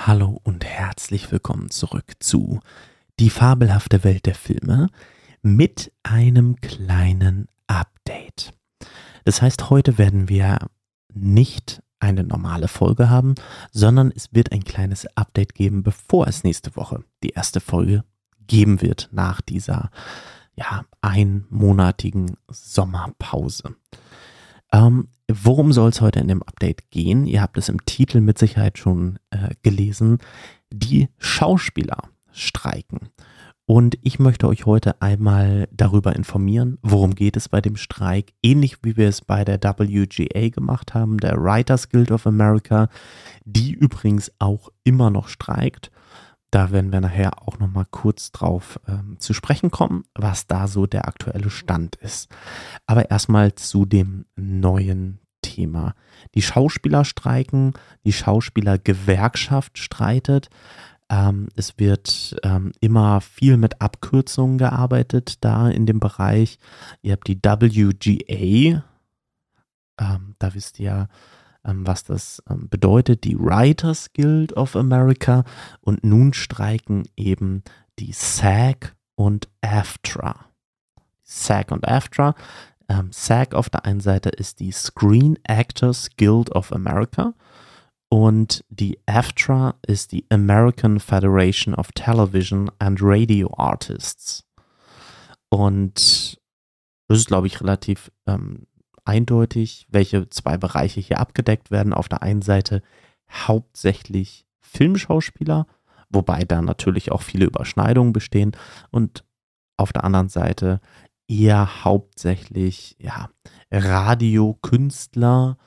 Hallo und herzlich willkommen zurück zu Die fabelhafte Welt der Filme mit einem kleinen Update. Das heißt, heute werden wir nicht eine normale Folge haben, sondern es wird ein kleines Update geben, bevor es nächste Woche die erste Folge geben wird nach dieser einmonatigen Sommerpause. Worum soll es heute in dem Update gehen? Ihr habt es im Titel mit Sicherheit schon gelesen. Die Schauspieler streiken. Und ich möchte euch heute einmal darüber informieren, worum geht es bei dem Streik. Ähnlich wie wir es bei der WGA gemacht haben, der Writers Guild of America, die übrigens auch immer noch streikt. Da werden wir nachher auch nochmal kurz drauf zu sprechen kommen, was da so der aktuelle Stand ist. Aber erstmal zu dem neuen Thema. Die Schauspieler streiken, die Schauspielergewerkschaft streitet. Es wird immer viel mit Abkürzungen gearbeitet da in dem Bereich. Ihr habt die WGA, da wisst ihr was das bedeutet, die Writers Guild of America, und nun streiken eben die SAG und AFTRA. SAG und AFTRA. SAG auf der einen Seite ist die Screen Actors Guild of America und die AFTRA ist die American Federation of Television and Radio Artists. Und das ist, glaube ich, relativ eindeutig, welche zwei Bereiche hier abgedeckt werden. Auf der einen Seite hauptsächlich Filmschauspieler, wobei da natürlich auch viele Überschneidungen bestehen, und auf der anderen Seite eher hauptsächlich Radiokünstler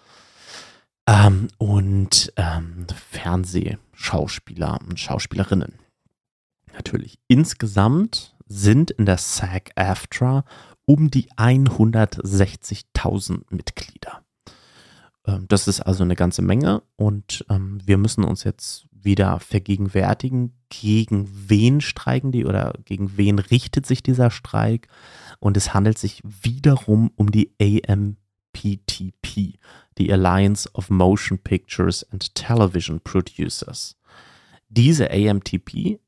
und Fernsehschauspieler und Schauspielerinnen. Natürlich. Insgesamt sind in der SAG-AFTRA um die 160.000 Mitglieder. Das ist also eine ganze Menge, und wir müssen uns jetzt wieder vergegenwärtigen, gegen wen streiken die oder gegen wen richtet sich dieser Streik. Und es handelt sich wiederum um die AMPTP, die Alliance of Motion Pictures and Television Producers. Diese AMPTP,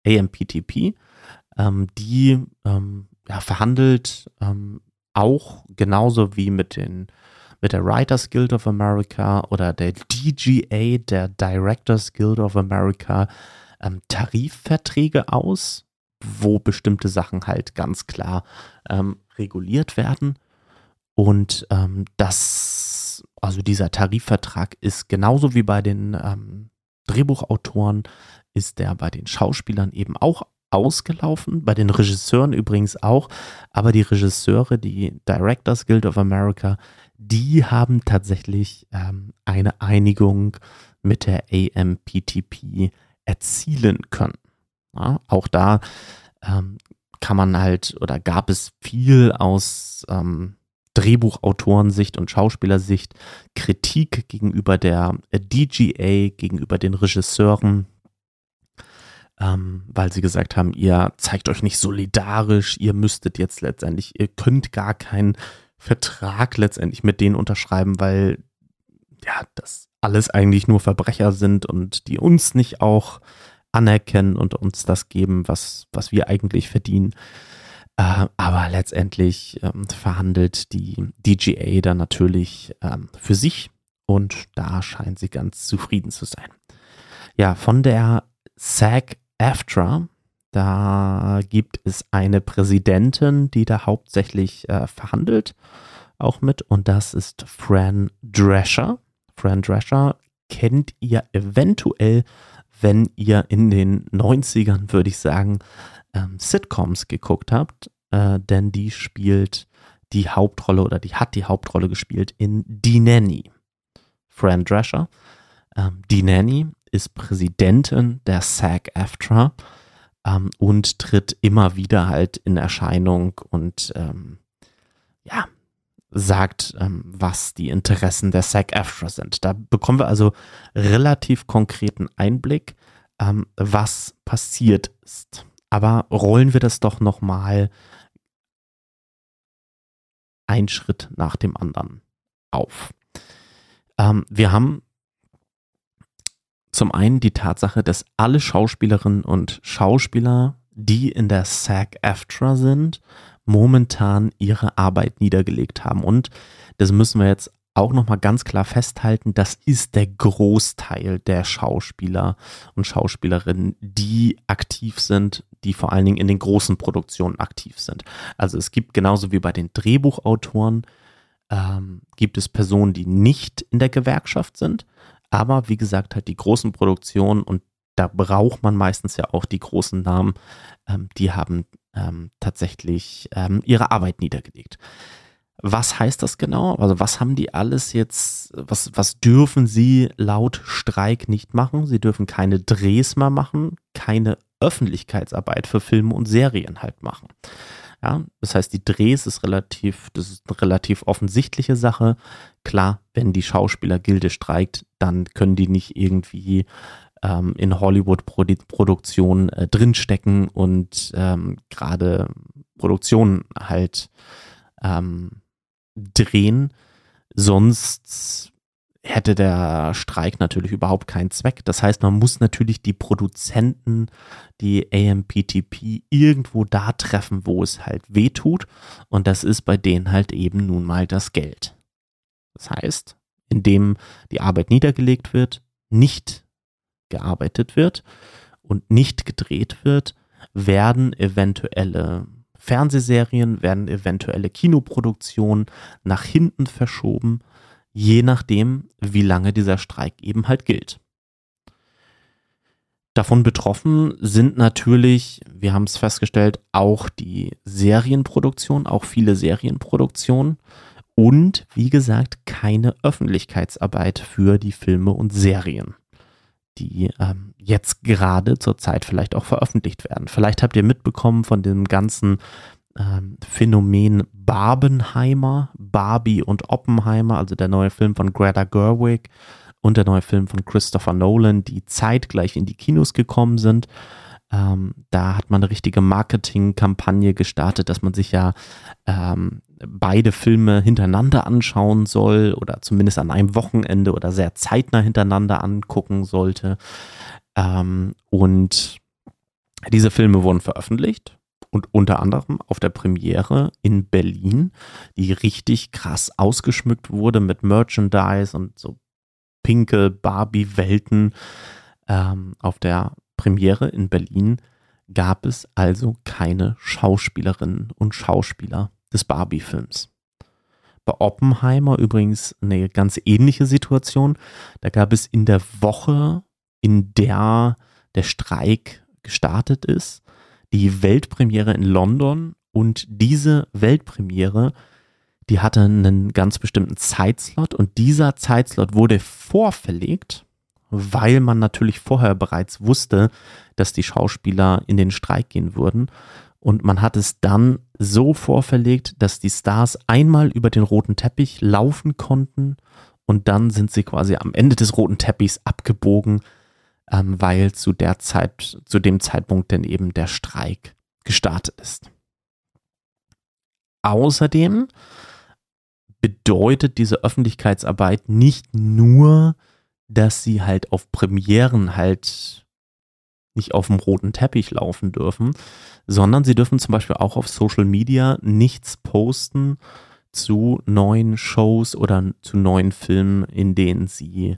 die verhandelt auch genauso wie mit der Writers Guild of America oder der DGA, der Directors Guild of America, Tarifverträge aus, wo bestimmte Sachen halt ganz klar reguliert werden. Und dieser Tarifvertrag ist genauso wie bei den Drehbuchautoren, ist der bei den Schauspielern eben auch ausgelaufen, bei den Regisseuren übrigens auch, aber die Regisseure, die Directors Guild of America, die haben tatsächlich eine Einigung mit der AMPTP erzielen können. Ja, auch da kann man halt, oder gab es viel aus Drehbuchautorensicht und Schauspielersicht Kritik gegenüber der DGA, gegenüber den Regisseuren, weil sie gesagt haben, ihr zeigt euch nicht solidarisch, ihr könnt gar keinen Vertrag letztendlich mit denen unterschreiben, weil das alles eigentlich nur Verbrecher sind und die uns nicht auch anerkennen und uns das geben, was wir eigentlich verdienen. Aber letztendlich verhandelt die DGA dann natürlich für sich, und da scheint sie ganz zufrieden zu sein. Ja, von der SAG-AFTRA, da gibt es eine Präsidentin, die da hauptsächlich verhandelt, auch mit, und das ist Fran Drescher. Fran Drescher kennt ihr eventuell, wenn ihr in den 90ern, würde ich sagen, Sitcoms geguckt habt, denn die spielt die Hauptrolle, oder die hat die Hauptrolle gespielt in Die Nanny. Fran Drescher. Die Nanny ist Präsidentin der SAG-AFTRA und tritt immer wieder halt in Erscheinung und sagt, was die Interessen der SAG-AFTRA sind. Da bekommen wir also relativ konkreten Einblick, was passiert ist. Aber rollen wir das doch nochmal einen Schritt nach dem anderen auf. Wir haben zum einen die Tatsache, dass alle Schauspielerinnen und Schauspieler, die in der SAG-AFTRA sind, momentan ihre Arbeit niedergelegt haben. Und das müssen wir jetzt auch nochmal ganz klar festhalten, das ist der Großteil der Schauspieler und Schauspielerinnen, die aktiv sind, die vor allen Dingen in den großen Produktionen aktiv sind. Also es gibt genauso wie bei den Drehbuchautoren, gibt es Personen, die nicht in der Gewerkschaft sind, aber wie gesagt halt die großen Produktionen, und da braucht man meistens ja auch die großen Namen, die haben tatsächlich ihre Arbeit niedergelegt. Was heißt das genau? Also was haben die alles jetzt, was dürfen sie laut Streik nicht machen? Sie dürfen keine Drehs mehr machen, keine Öffentlichkeitsarbeit für Filme und Serien halt machen. Ja, das heißt, die Drehs das ist eine relativ offensichtliche Sache. Klar, wenn die Schauspielergilde streikt, dann können die nicht irgendwie in Hollywood-Produktionen drinstecken und gerade Produktionen halt drehen. Sonst hätte der Streik natürlich überhaupt keinen Zweck. Das heißt, man muss natürlich die Produzenten, die AMPTP, irgendwo da treffen, wo es halt weh tut. Und das ist bei denen halt eben nun mal das Geld. Das heißt, indem die Arbeit niedergelegt wird, nicht gearbeitet wird und nicht gedreht wird, werden eventuelle Fernsehserien, werden eventuelle Kinoproduktionen nach hinten verschoben, je nachdem, wie lange dieser Streik eben halt gilt. Davon betroffen sind natürlich, wir haben es festgestellt, auch die Serienproduktion, auch viele Serienproduktionen und, wie gesagt, keine Öffentlichkeitsarbeit für die Filme und Serien, die jetzt gerade zur Zeit vielleicht auch veröffentlicht werden. Vielleicht habt ihr mitbekommen von dem ganzen Phänomen Barbenheimer, Barbie und Oppenheimer, also der neue Film von Greta Gerwig und der neue Film von Christopher Nolan, die zeitgleich in die Kinos gekommen sind. Da hat man eine richtige Marketingkampagne gestartet, dass man sich ja beide Filme hintereinander anschauen soll oder zumindest an einem Wochenende oder sehr zeitnah hintereinander angucken sollte. Und diese Filme wurden veröffentlicht und unter anderem auf der Premiere in Berlin, die richtig krass ausgeschmückt wurde mit Merchandise und so pinke Barbie-Welten. Auf der Premiere in Berlin gab es also keine Schauspielerinnen und Schauspieler des Barbie-Films. Bei Oppenheimer übrigens eine ganz ähnliche Situation. Da gab es in der Woche, in der der Streik gestartet ist, die Weltpremiere in London, und diese Weltpremiere, die hatte einen ganz bestimmten Zeitslot und dieser Zeitslot wurde vorverlegt, weil man natürlich vorher bereits wusste, dass die Schauspieler in den Streik gehen würden. Und man hat es dann so vorverlegt, dass die Stars einmal über den roten Teppich laufen konnten und dann sind sie quasi am Ende des roten Teppichs abgebogen, weil zu dem Zeitpunkt dann eben der Streik gestartet ist. Außerdem bedeutet diese Öffentlichkeitsarbeit nicht nur, dass sie halt auf Premieren halt nicht auf dem roten Teppich laufen dürfen, sondern sie dürfen zum Beispiel auch auf Social Media nichts posten zu neuen Shows oder zu neuen Filmen, in denen sie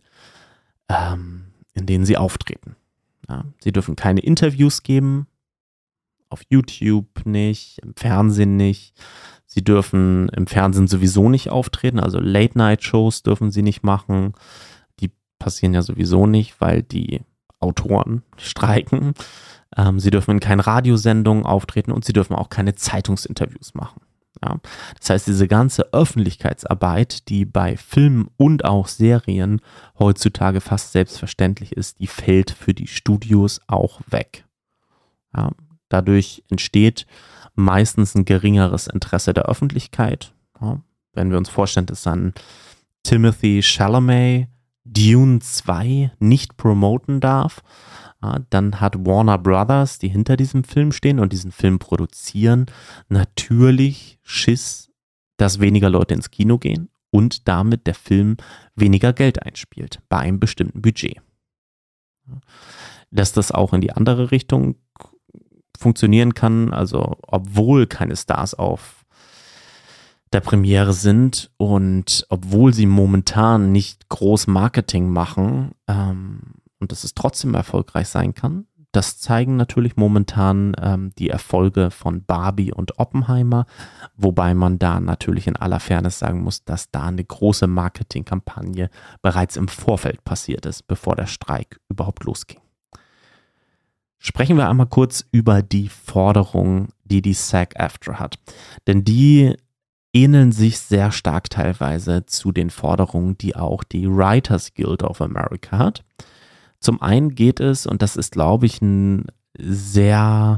auftreten. Ja, sie dürfen keine Interviews geben, auf YouTube nicht, im Fernsehen nicht. Sie dürfen im Fernsehen sowieso nicht auftreten, also Late-Night-Shows dürfen sie nicht machen. Die passieren ja sowieso nicht, weil die Autoren streiken. Sie dürfen in keinen Radiosendungen auftreten und sie dürfen auch keine Zeitungsinterviews machen. Ja? Das heißt, diese ganze Öffentlichkeitsarbeit, die bei Filmen und auch Serien heutzutage fast selbstverständlich ist, die fällt für die Studios auch weg. Ja? Dadurch entsteht meistens ein geringeres Interesse der Öffentlichkeit. Ja? Wenn wir uns vorstellen, dass dann Timothée Chalamet Dune 2 nicht promoten darf, dann hat Warner Brothers, die hinter diesem Film stehen und diesen Film produzieren, natürlich Schiss, dass weniger Leute ins Kino gehen und damit der Film weniger Geld einspielt bei einem bestimmten Budget. Dass das auch in die andere Richtung funktionieren kann, also obwohl keine Stars auf der Premiere sind und obwohl sie momentan nicht groß Marketing machen und dass es trotzdem erfolgreich sein kann. Das zeigen natürlich momentan die Erfolge von Barbie und Oppenheimer, wobei man da natürlich in aller Fairness sagen muss, dass da eine große Marketingkampagne bereits im Vorfeld passiert ist, bevor der Streik überhaupt losging. Sprechen wir einmal kurz über die Forderungen, die SAG-AFTRA hat. Denn die ähneln sich sehr stark teilweise zu den Forderungen, die auch die Writers Guild of America hat. Zum einen geht es, und das ist, glaube ich, eine sehr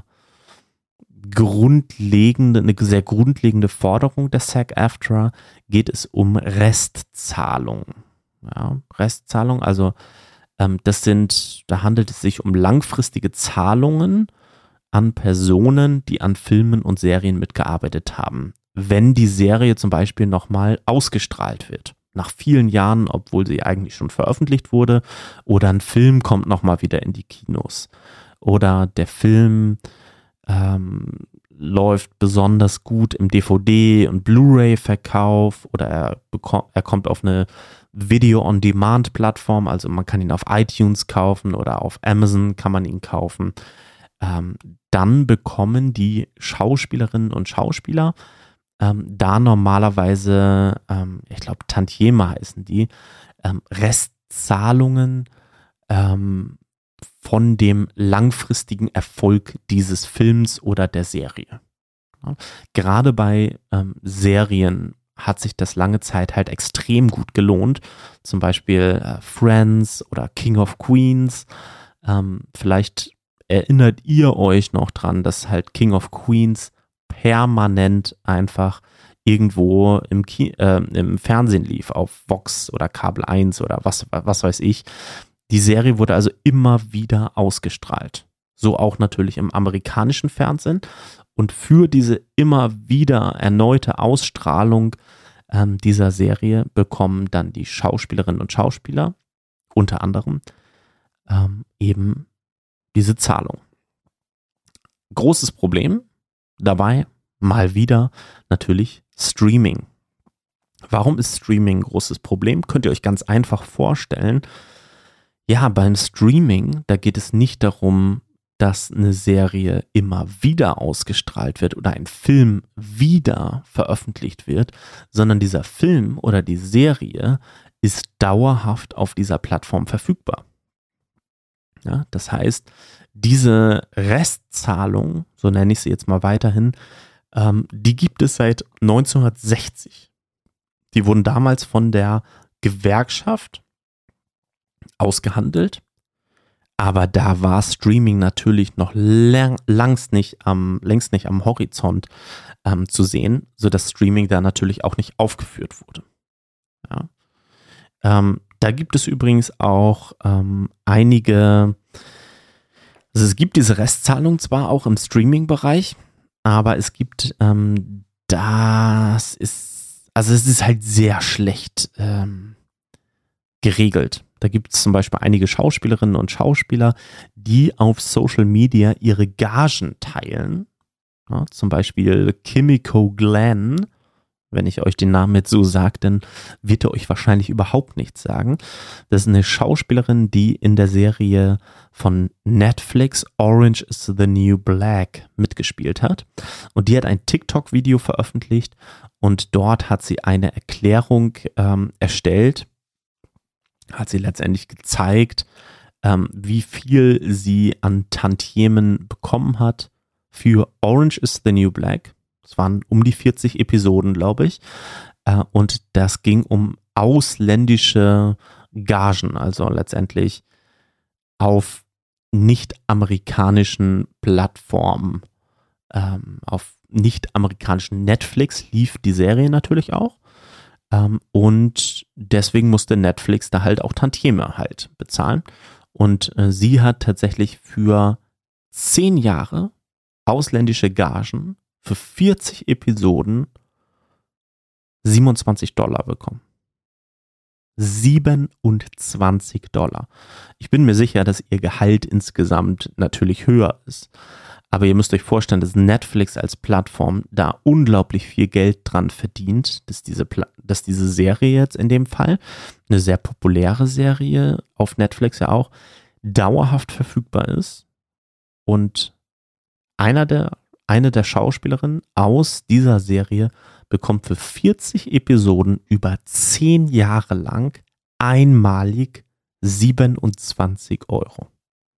grundlegende Forderung der SAG-AFTRA, geht es um Restzahlungen. Ja, Restzahlung, also da handelt es sich um langfristige Zahlungen an Personen, die an Filmen und Serien mitgearbeitet haben, wenn die Serie zum Beispiel nochmal ausgestrahlt wird. Nach vielen Jahren, obwohl sie eigentlich schon veröffentlicht wurde, oder ein Film kommt nochmal wieder in die Kinos. Oder der Film läuft besonders gut im DVD- und Blu-ray-Verkauf oder er kommt auf eine Video-on-Demand-Plattform, also man kann ihn auf iTunes kaufen oder auf Amazon kann man ihn kaufen. Dann bekommen die Schauspielerinnen und Schauspieler da normalerweise, ich glaube Tantieme heißen die, Restzahlungen von dem langfristigen Erfolg dieses Films oder der Serie. Ja. Gerade bei Serien hat sich das lange Zeit halt extrem gut gelohnt. Zum Beispiel Friends oder King of Queens. Vielleicht erinnert ihr euch noch dran, dass halt King of Queens permanent einfach irgendwo im Fernsehen lief, auf Vox oder Kabel 1 oder was weiß ich. Die Serie wurde also immer wieder ausgestrahlt. So auch natürlich im amerikanischen Fernsehen. Und für diese immer wieder erneute Ausstrahlung dieser Serie bekommen dann die Schauspielerinnen und Schauspieler unter anderem eben diese Zahlung. Großes Problem dabei mal wieder natürlich Streaming. Warum ist Streaming ein großes Problem? Könnt ihr euch ganz einfach vorstellen. Ja, beim Streaming, da geht es nicht darum, dass eine Serie immer wieder ausgestrahlt wird oder ein Film wieder veröffentlicht wird, sondern dieser Film oder die Serie ist dauerhaft auf dieser Plattform verfügbar. Ja, das heißt, diese Restzahlung, so nenne ich sie jetzt mal weiterhin, die gibt es seit 1960. Die wurden damals von der Gewerkschaft ausgehandelt, aber da war Streaming natürlich noch längst nicht am Horizont zu sehen, sodass Streaming da natürlich auch nicht aufgeführt wurde. Ja. Da gibt es übrigens auch einige, also es gibt diese Restzahlung zwar auch im Streaming-Bereich, aber es gibt, es ist halt sehr schlecht geregelt. Da gibt es zum Beispiel einige Schauspielerinnen und Schauspieler, die auf Social Media ihre Gagen teilen. Ja, zum Beispiel Kimiko Glenn, wenn ich euch den Namen jetzt so sage, dann wird er euch wahrscheinlich überhaupt nichts sagen. Das ist eine Schauspielerin, die in der Serie von Netflix Orange is the New Black mitgespielt hat. Und die hat ein TikTok-Video veröffentlicht und dort hat sie eine Erklärung erstellt, hat sie letztendlich gezeigt, wie viel sie an Tantiemen bekommen hat für Orange is the New Black. Es waren um die 40 Episoden, glaube ich. Und das ging um ausländische Gagen, also letztendlich auf nicht-amerikanischen Plattformen, auf nicht-amerikanischen Netflix lief die Serie natürlich auch. Und deswegen musste Netflix da halt auch Tantieme halt bezahlen. Und sie hat tatsächlich für 10 Jahre ausländische Gagen für 40 Episoden $27 bekommen. $27. Ich bin mir sicher, dass ihr Gehalt insgesamt natürlich höher ist. Aber ihr müsst euch vorstellen, dass Netflix als Plattform da unglaublich viel Geld dran verdient, dass diese Serie jetzt in dem Fall, eine sehr populäre Serie auf Netflix ja auch, dauerhaft verfügbar ist. Und eine der Schauspielerinnen aus dieser Serie bekommt für 40 Episoden über 10 Jahre lang einmalig 27 Euro.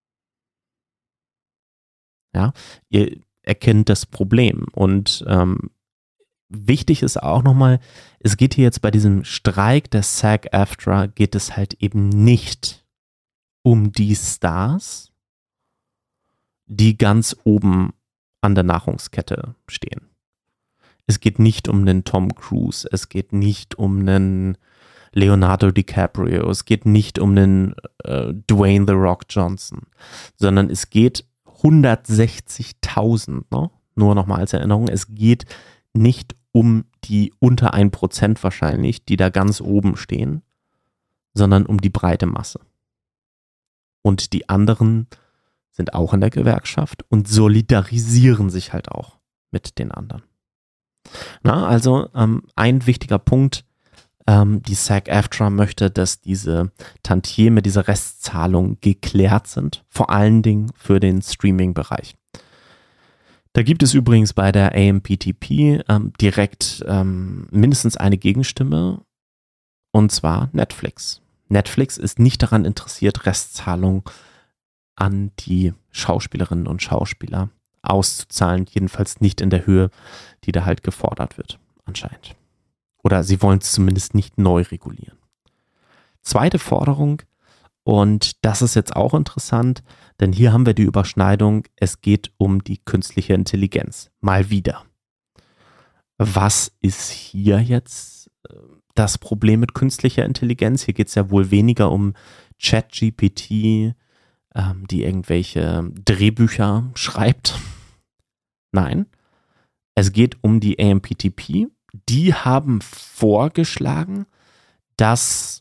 Ja, ihr erkennt das Problem. Und wichtig ist auch nochmal, es geht hier jetzt bei diesem Streik der SAG-AFTRA, geht es halt eben nicht um die Stars, die ganz oben an der Nahrungskette stehen. Es geht nicht um einen Tom Cruise, es geht nicht um einen Leonardo DiCaprio, es geht nicht um einen Dwayne The Rock Johnson, sondern es geht 160.000, ne? Nur nochmal als Erinnerung, es geht nicht um die unter 1% wahrscheinlich, die da ganz oben stehen, sondern um die breite Masse. Und die anderen sind auch in der Gewerkschaft und solidarisieren sich halt auch mit den anderen. Na, also ein wichtiger Punkt, die SAG-AFTRA möchte, dass diese Tantieme, diese Restzahlungen geklärt sind, vor allen Dingen für den Streaming-Bereich. Da gibt es übrigens bei der AMPTP direkt mindestens eine Gegenstimme, und zwar Netflix. Netflix ist nicht daran interessiert, Restzahlungen an die Schauspielerinnen und Schauspieler auszuzahlen, jedenfalls nicht in der Höhe, die da halt gefordert wird, anscheinend. Oder sie wollen es zumindest nicht neu regulieren. Zweite Forderung, und das ist jetzt auch interessant, denn hier haben wir die Überschneidung, es geht um die künstliche Intelligenz. Mal wieder. Was ist hier jetzt das Problem mit künstlicher Intelligenz? Hier geht es ja wohl weniger um ChatGPT, die irgendwelche Drehbücher schreibt. Nein, es geht um die AMPTP. Die haben vorgeschlagen, dass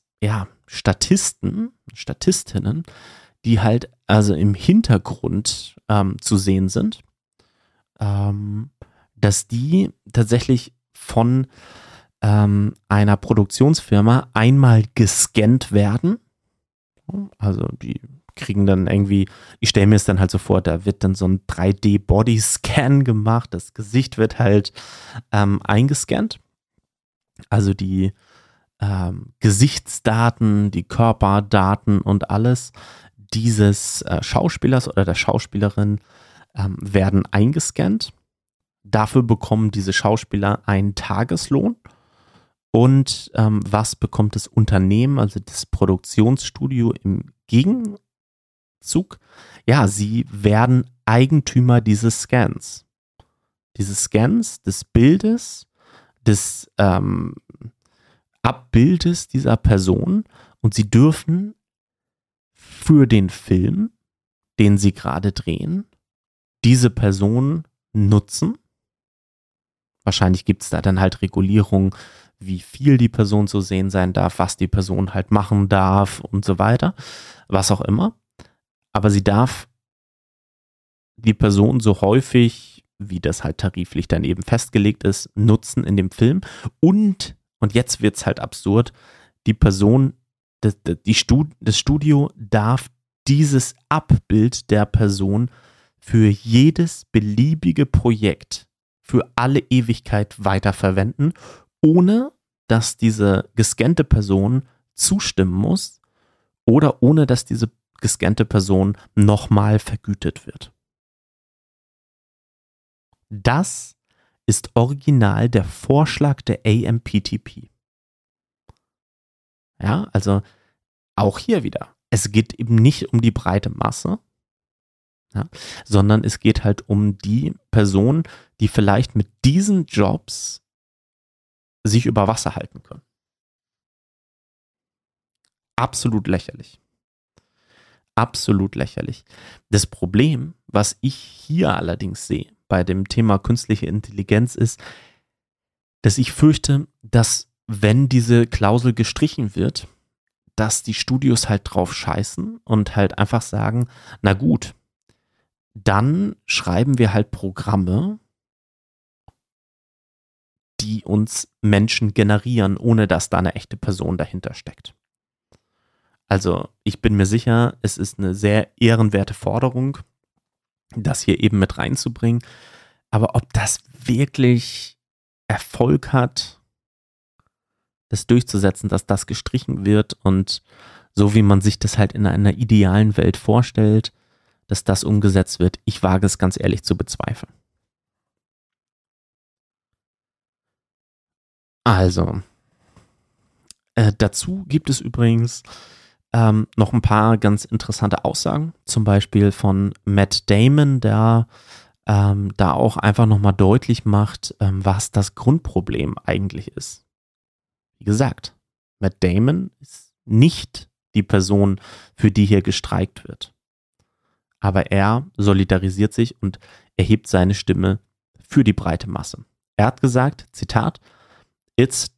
Statistinnen, die halt also im Hintergrund zu sehen sind, dass die tatsächlich von einer Produktionsfirma einmal gescannt werden. Also die kriegen dann irgendwie, ich stelle mir es dann halt so vor, da wird dann so ein 3D-Body-Scan gemacht, das Gesicht wird halt eingescannt. Also die Gesichtsdaten, die Körperdaten und alles dieses Schauspielers oder der Schauspielerin werden eingescannt. Dafür bekommen diese Schauspieler einen Tageslohn. Und was bekommt das Unternehmen, also das Produktionsstudio im Gegenzug? Ja, sie werden Eigentümer dieses Scans. Dieses Scans, des Bildes, des Abbildes dieser Person, und sie dürfen für den Film, den sie gerade drehen, diese Person nutzen. Wahrscheinlich gibt es da dann halt Regulierungen, wie viel die Person zu sehen sein darf, was die Person halt machen darf und so weiter, was auch immer. Aber sie darf die Person so häufig, wie das halt tariflich dann eben festgelegt ist, nutzen in dem Film. Und jetzt wird es halt absurd, die Person, das Studio darf dieses Abbild der Person für jedes beliebige Projekt für alle Ewigkeit weiterverwenden, ohne dass diese gescannte Person zustimmen muss oder ohne dass diese gescannte Person nochmal vergütet wird. Das ist original der Vorschlag der AMPTP. Ja, also auch hier wieder. Es geht eben nicht um die breite Masse, ja, sondern es geht halt um die Personen, die vielleicht mit diesen Jobs sich über Wasser halten können. Absolut lächerlich. Absolut lächerlich. Das Problem, was ich hier allerdings sehe bei dem Thema künstliche Intelligenz, ist, dass ich fürchte, dass wenn diese Klausel gestrichen wird, dass die Studios halt drauf scheißen und halt einfach sagen, na gut, dann schreiben wir halt Programme, die uns Menschen generieren, ohne dass da eine echte Person dahinter steckt. Also ich bin mir sicher, es ist eine sehr ehrenwerte Forderung, das hier eben mit reinzubringen. Aber ob das wirklich Erfolg hat, das durchzusetzen, dass das gestrichen wird und so wie man sich das halt in einer idealen Welt vorstellt, dass das umgesetzt wird, ich wage es ganz ehrlich zu bezweifeln. Also, dazu gibt es übrigens noch ein paar ganz interessante Aussagen, zum Beispiel von Matt Damon, der da auch einfach nochmal deutlich macht, was das Grundproblem eigentlich ist. Wie gesagt, Matt Damon ist nicht die Person, für die hier gestreikt wird. Aber er solidarisiert sich und erhebt seine Stimme für die breite Masse. Er hat gesagt, Zitat, It's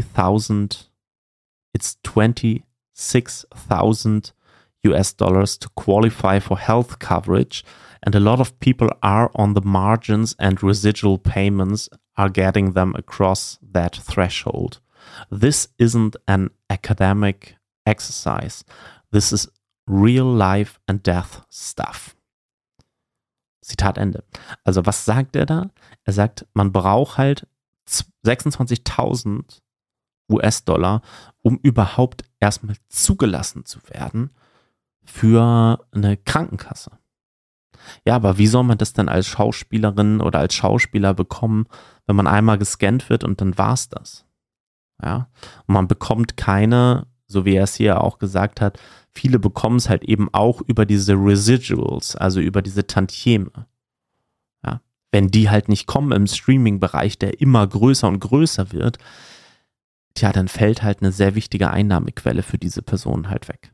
26,000 US dollars to qualify for health coverage, and a lot of people are on the margins and residual payments are getting them across that threshold. This isn't an academic exercise. This is real life and death stuff. Zitat Ende. Also was sagt er da? Er sagt, man braucht halt 26.000 US-Dollar, um überhaupt erstmal zugelassen zu werden für eine Krankenkasse. Ja, aber wie soll man das denn als Schauspielerin oder als Schauspieler bekommen, wenn man einmal gescannt wird und dann war's das? Ja, und man bekommt keine, so wie er es hier auch gesagt hat, viele bekommen es halt eben auch über diese Residuals, also über diese Tantieme. Ja, wenn die halt nicht kommen im Streaming-Bereich, der immer größer und größer wird, tja, dann fällt halt eine sehr wichtige Einnahmequelle für diese Personen halt weg.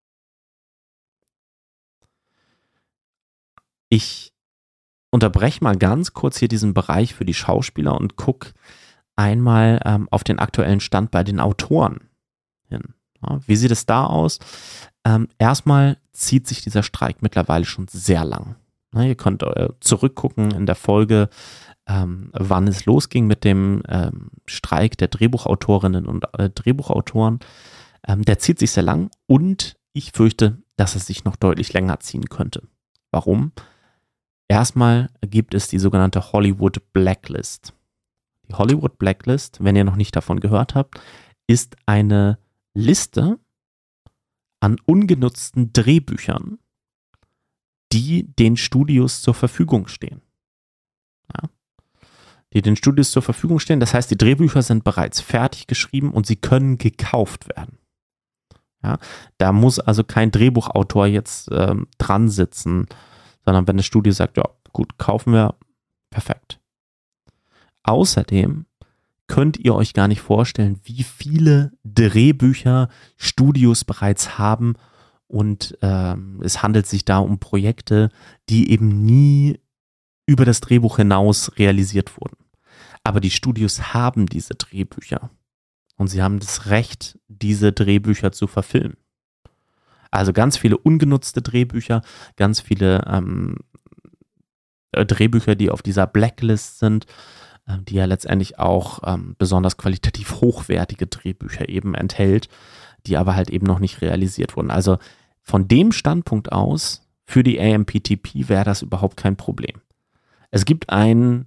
Ich unterbreche mal ganz kurz hier diesen Bereich für die Schauspieler und gucke einmal auf den aktuellen Stand bei den Autoren hin. Ja, wie sieht es da aus? Erstmal zieht sich dieser Streik mittlerweile schon sehr lang. Na, ihr könnt zurückgucken in der Folge, wann es losging mit dem Streik der Drehbuchautorinnen und Drehbuchautoren. Der zieht sich sehr lang und ich fürchte, dass es sich noch deutlich länger ziehen könnte. Warum? Erstmal gibt es die sogenannte Hollywood Blacklist. Die Hollywood Blacklist, wenn ihr noch nicht davon gehört habt, ist eine Liste an ungenutzten Drehbüchern, die den Studios zur Verfügung stehen. Ja. Die den Studios zur Verfügung stehen, das heißt, die Drehbücher sind bereits fertig geschrieben und sie können gekauft werden. Ja. Da muss also kein Drehbuchautor jetzt dran sitzen, sondern wenn das Studio sagt, ja gut, kaufen wir, perfekt. Außerdem könnt ihr euch gar nicht vorstellen, wie viele Drehbücher Studios bereits haben und es handelt sich da um Projekte, die eben nie über das Drehbuch hinaus realisiert wurden. Aber die Studios haben diese Drehbücher und sie haben das Recht, diese Drehbücher zu verfilmen. Also ganz viele ungenutzte Drehbücher, ganz viele Drehbücher, die auf dieser Blacklist sind, die ja letztendlich auch besonders qualitativ hochwertige Drehbücher eben enthält, die aber halt eben noch nicht realisiert wurden. Also von dem Standpunkt aus, für die AMPTP wäre das überhaupt kein Problem. Es gibt eine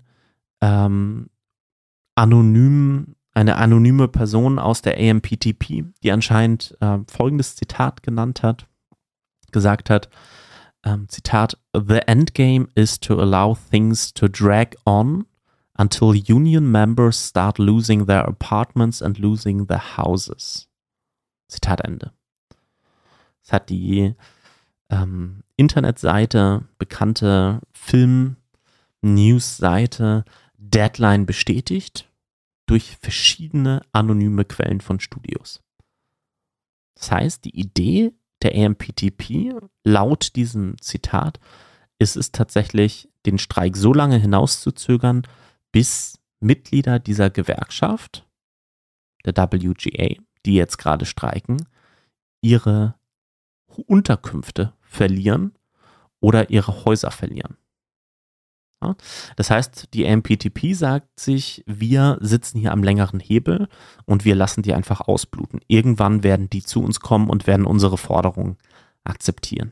anonyme Person aus der AMPTP, die anscheinend folgendes Zitat gesagt hat, Zitat, The endgame is to allow things to drag on until union members start losing their apartments and losing their houses. Zitat Ende. Das hat die Internetseite, bekannte Film-News-Seite Deadline bestätigt durch verschiedene anonyme Quellen von Studios. Das heißt, die Idee der AMPTP laut diesem Zitat ist es tatsächlich, den Streik so lange hinauszuzögern, bis Mitglieder dieser Gewerkschaft, der WGA, die jetzt gerade streiken, ihre Unterkünfte verlieren oder ihre Häuser verlieren. Ja? Das heißt, die AMPTP sagt sich, wir sitzen hier am längeren Hebel und wir lassen die einfach ausbluten. Irgendwann werden die zu uns kommen und werden unsere Forderungen akzeptieren.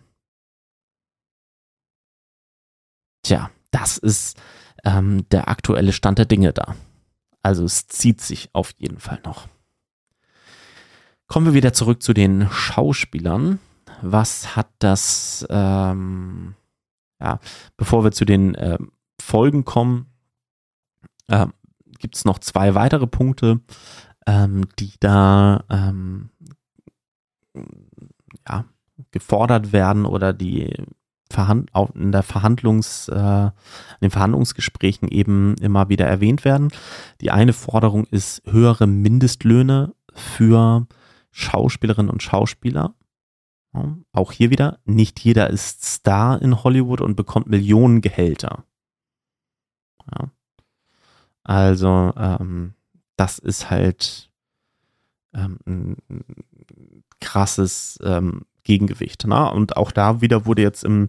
Tja, das ist der aktuelle Stand der Dinge da. Also es zieht sich auf jeden Fall noch. Kommen wir wieder zurück zu den Schauspielern. Was hat das, bevor wir zu den Folgen kommen, gibt es noch 2 weitere Punkte, die da gefordert werden oder die in den Verhandlungsgesprächen eben immer wieder erwähnt werden. Die eine Forderung ist höhere Mindestlöhne für Schauspielerinnen und Schauspieler. Ja, auch hier wieder, nicht jeder ist Star in Hollywood und bekommt Millionengehälter. Ja. Also das ist halt ein krasses Gegengewicht. Ne? Und auch da wieder wurde jetzt im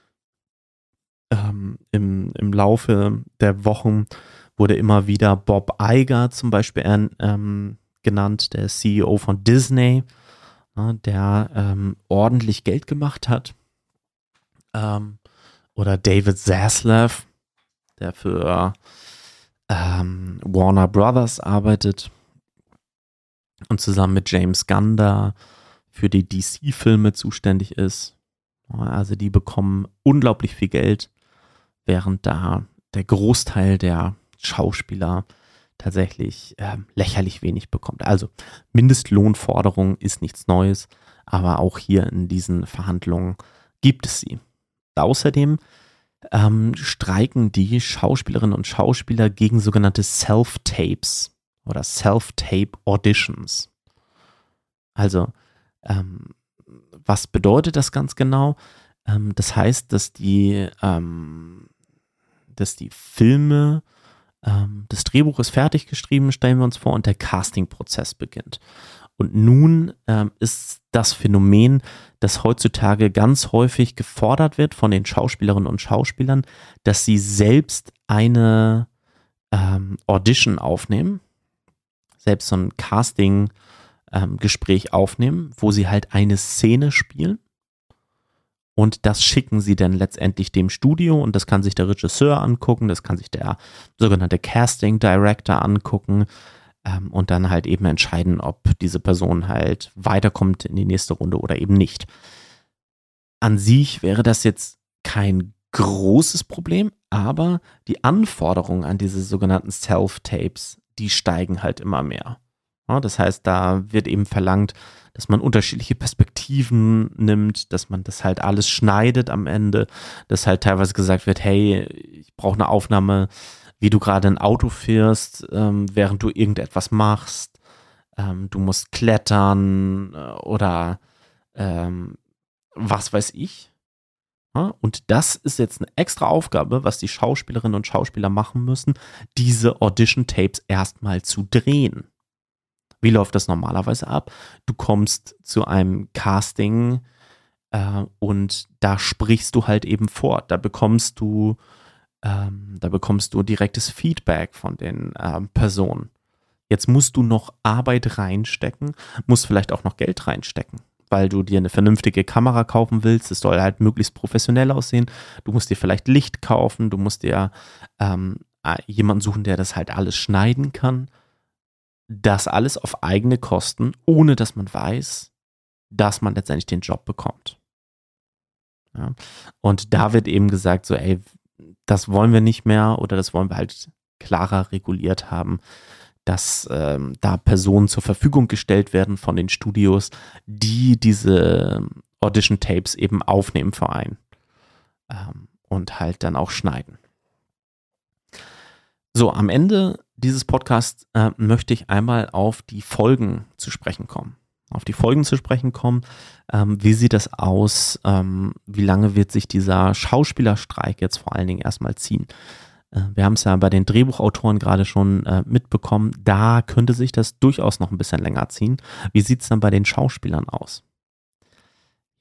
Laufe der Wochen wurde immer wieder Bob Iger zum Beispiel genannt, der CEO von Disney, der ordentlich Geld gemacht hat. Oder David Zaslav, der für Warner Brothers arbeitet und zusammen mit James Gunn da für die DC-Filme zuständig ist. Also die bekommen unglaublich viel Geld, während da der Großteil der Schauspieler tatsächlich lächerlich wenig bekommt. Also Mindestlohnforderung ist nichts Neues, aber auch hier in diesen Verhandlungen gibt es sie. Außerdem streiken die Schauspielerinnen und Schauspieler gegen sogenannte Self-Tapes oder Self-Tape-Auditions. Also was bedeutet das ganz genau? Das heißt, dass die Filme, das Drehbuch ist fertig geschrieben, stellen wir uns vor, und der Casting-Prozess beginnt. Und nun ist das Phänomen, das heutzutage ganz häufig gefordert wird von den Schauspielerinnen und Schauspielern, dass sie selbst eine Audition aufnehmen, selbst so ein Casting-Gespräch aufnehmen, wo sie halt eine Szene spielen. Und das schicken sie dann letztendlich dem Studio und das kann sich der Regisseur angucken, das kann sich der sogenannte Casting Director angucken und dann halt eben entscheiden, ob diese Person halt weiterkommt in die nächste Runde oder eben nicht. An sich wäre das jetzt kein großes Problem, aber die Anforderungen an diese sogenannten Self-Tapes, die steigen halt immer mehr. Ja, das heißt, da wird eben verlangt, dass man unterschiedliche Perspektiven nimmt, dass man das halt alles schneidet am Ende, dass halt teilweise gesagt wird, hey, ich brauche eine Aufnahme, wie du gerade ein Auto fährst, während du irgendetwas machst, du musst klettern oder was weiß ich. Ja, und das ist jetzt eine extra Aufgabe, was die Schauspielerinnen und Schauspieler machen müssen, diese Audition-Tapes erstmal zu drehen. Wie läuft das normalerweise ab? Du kommst zu einem Casting und da sprichst du halt eben vor. Da bekommst du direktes Feedback von den Personen. Jetzt musst du noch Arbeit reinstecken, musst vielleicht auch noch Geld reinstecken, weil du dir eine vernünftige Kamera kaufen willst. Es soll halt möglichst professionell aussehen. Du musst dir vielleicht Licht kaufen, du musst dir jemanden suchen, der das halt alles schneiden kann. Das alles auf eigene Kosten, ohne dass man weiß, dass man letztendlich den Job bekommt. Ja. Und da wird eben gesagt, so, ey, das wollen wir nicht mehr oder das wollen wir halt klarer reguliert haben, dass da Personen zur Verfügung gestellt werden von den Studios, die diese Audition-Tapes eben aufnehmen für einen und halt dann auch schneiden. So, am Ende dieses Podcasts möchte ich einmal auf die Folgen zu sprechen kommen. Wie sieht das aus? Wie lange wird sich dieser Schauspielerstreik jetzt vor allen Dingen erstmal ziehen? Wir haben es ja bei den Drehbuchautoren gerade schon mitbekommen. Da könnte sich das durchaus noch ein bisschen länger ziehen. Wie sieht es dann bei den Schauspielern aus?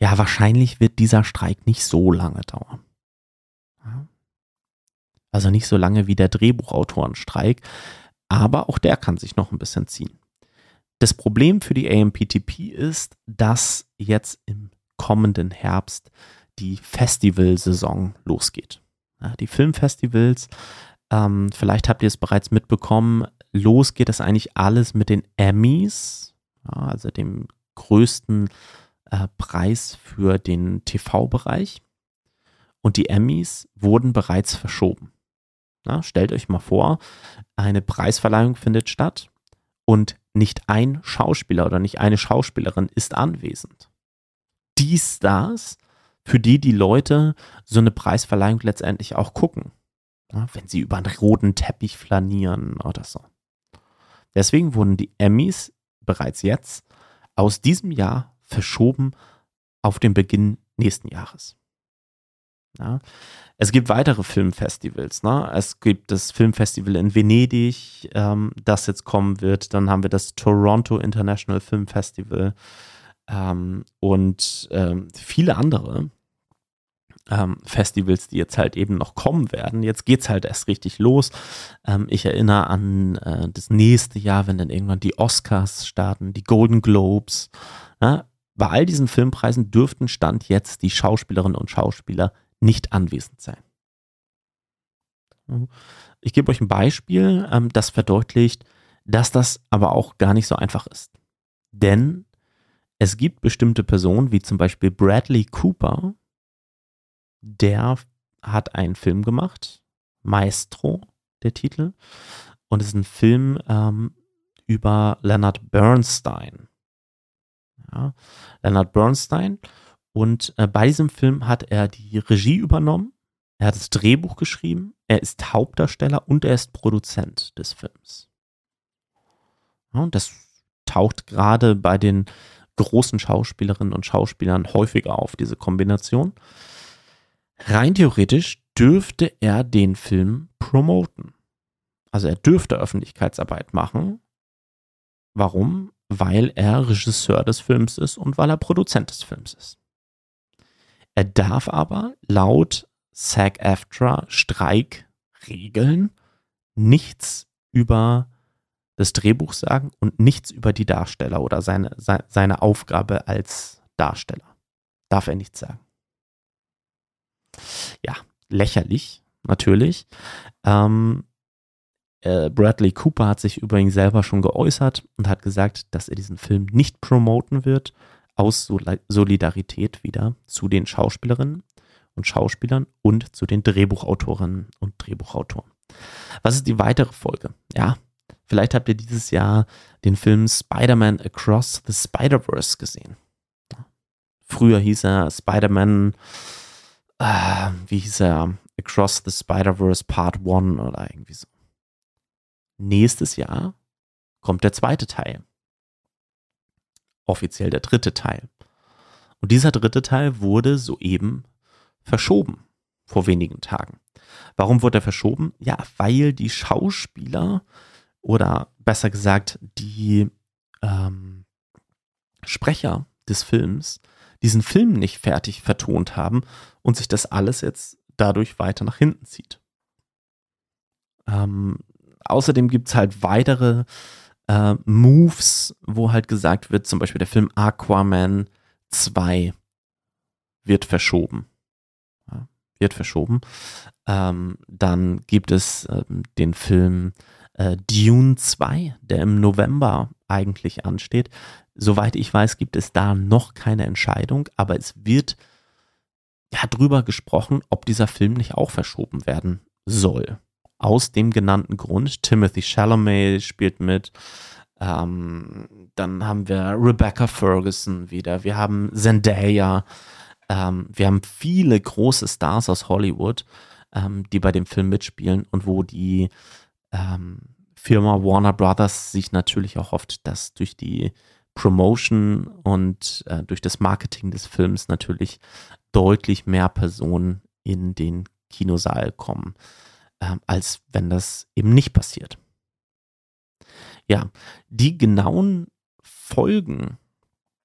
ja, wahrscheinlich wird dieser Streik nicht so lange dauern. Ja. Also nicht so lange wie der Drehbuchautorenstreik, aber auch der kann sich noch ein bisschen ziehen. Das Problem für die AMPTP ist, dass jetzt im kommenden Herbst die Festivalsaison losgeht. Ja, die Filmfestivals, vielleicht habt ihr es bereits mitbekommen, los geht es eigentlich alles mit den Emmys, ja, also dem größten Preis für den TV-Bereich. Und die Emmys wurden bereits verschoben. Ja, stellt euch mal vor, eine Preisverleihung findet statt und nicht ein Schauspieler oder nicht eine Schauspielerin ist anwesend. Die Stars, für die Leute so eine Preisverleihung letztendlich auch gucken, ja, wenn sie über einen roten Teppich flanieren oder so. Deswegen wurden die Emmys bereits jetzt aus diesem Jahr verschoben auf den Beginn nächsten Jahres. Ja. Es gibt weitere Filmfestivals. Ne? Es gibt das Filmfestival in Venedig, das jetzt kommen wird. Dann haben wir das Toronto International Film Festival und viele andere Festivals, die jetzt halt eben noch kommen werden. Jetzt geht es halt erst richtig los. Ich erinnere an das nächste Jahr, wenn dann irgendwann die Oscars starten, die Golden Globes. Ja? Bei all diesen Filmpreisen dürften Stand jetzt die Schauspielerinnen und Schauspieler nicht anwesend sein. Ich gebe euch ein Beispiel, das verdeutlicht, dass das aber auch gar nicht so einfach ist. Denn es gibt bestimmte Personen, wie zum Beispiel Bradley Cooper, der hat einen Film gemacht, Maestro, der Titel, und es ist ein Film über Leonard Bernstein. Ja, Leonard Bernstein. Und bei diesem Film hat er die Regie übernommen, er hat das Drehbuch geschrieben, er ist Hauptdarsteller und er ist Produzent des Films. Ja, und das taucht gerade bei den großen Schauspielerinnen und Schauspielern häufiger auf, diese Kombination. Rein theoretisch dürfte er den Film promoten. Also er dürfte Öffentlichkeitsarbeit machen. Warum? Weil er Regisseur des Films ist und weil er Produzent des Films ist. Er darf aber laut SAG-AFTRA-Streikregeln nichts über das Drehbuch sagen und nichts über die Darsteller oder seine Aufgabe als Darsteller. Darf er nichts sagen. Ja, lächerlich, natürlich. Bradley Cooper hat sich übrigens selber schon geäußert und hat gesagt, dass er diesen Film nicht promoten wird, aus Solidarität wieder zu den Schauspielerinnen und Schauspielern und zu den Drehbuchautorinnen und Drehbuchautoren. Was ist die weitere Folge? Ja, vielleicht habt ihr dieses Jahr den Film Spider-Man Across the Spider-Verse gesehen. Früher hieß er Spider-Man, wie hieß er? Across the Spider-Verse Part 1 oder irgendwie so. Nächstes Jahr kommt der zweite Teil. Offiziell der dritte Teil. Und dieser dritte Teil wurde soeben verschoben vor wenigen Tagen. Warum wurde er verschoben? Ja, weil die Schauspieler oder besser gesagt die Sprecher des Films diesen Film nicht fertig vertont haben und sich das alles jetzt dadurch weiter nach hinten zieht. Außerdem gibt es halt weitere Moves, wo halt gesagt wird, zum Beispiel der Film Aquaman 2 wird verschoben. Ja, wird verschoben. Dann gibt es den Film Dune 2, der im November eigentlich ansteht. Soweit ich weiß, gibt es da noch keine Entscheidung, aber es wird ja drüber gesprochen, ob dieser Film nicht auch verschoben werden soll. Aus dem genannten Grund. Timothée Chalamet spielt mit. Dann haben wir Rebecca Ferguson wieder. Wir haben Zendaya. Wir haben viele große Stars aus Hollywood, die bei dem Film mitspielen und wo die Firma Warner Brothers sich natürlich auch hofft, dass durch die Promotion und durch das Marketing des Films natürlich deutlich mehr Personen in den Kinosaal kommen, als wenn das eben nicht passiert. Ja, die genauen Folgen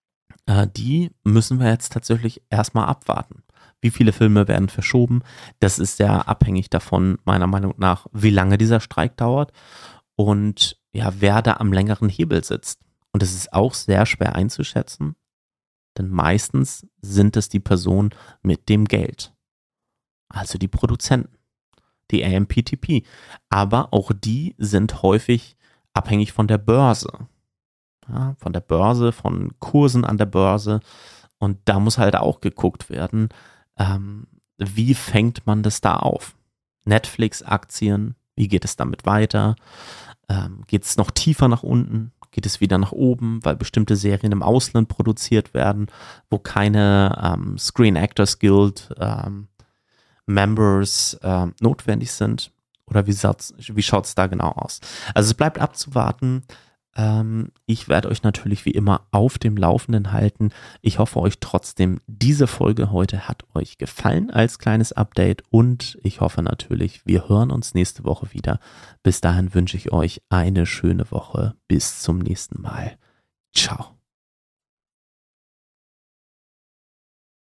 Die müssen wir jetzt tatsächlich erstmal abwarten. Wie viele Filme werden verschoben? Das ist sehr abhängig davon, meiner Meinung nach, wie lange dieser Streik dauert und ja, wer da am längeren Hebel sitzt. Und es ist auch sehr schwer einzuschätzen, denn meistens sind es die Personen mit dem Geld. Also die Produzenten, die AMPTP. Aber auch die sind häufig abhängig von der Börse. Ja, von der Börse, von Kursen an der Börse. Und da muss halt auch geguckt werden, wie fängt man das da auf? Netflix-Aktien, wie geht es damit weiter? Geht es noch tiefer nach unten? Geht es wieder nach oben, weil bestimmte Serien im Ausland produziert werden, wo keine Screen Actors Guild Members notwendig sind? Oder wie schaut es da genau aus? Also es bleibt abzuwarten. Ich werde euch natürlich wie immer auf dem Laufenden halten. Ich hoffe euch trotzdem, diese Folge heute hat euch gefallen als kleines Update und ich hoffe natürlich, wir hören uns nächste Woche wieder. Bis dahin wünsche ich euch eine schöne Woche. Bis zum nächsten Mal. Ciao.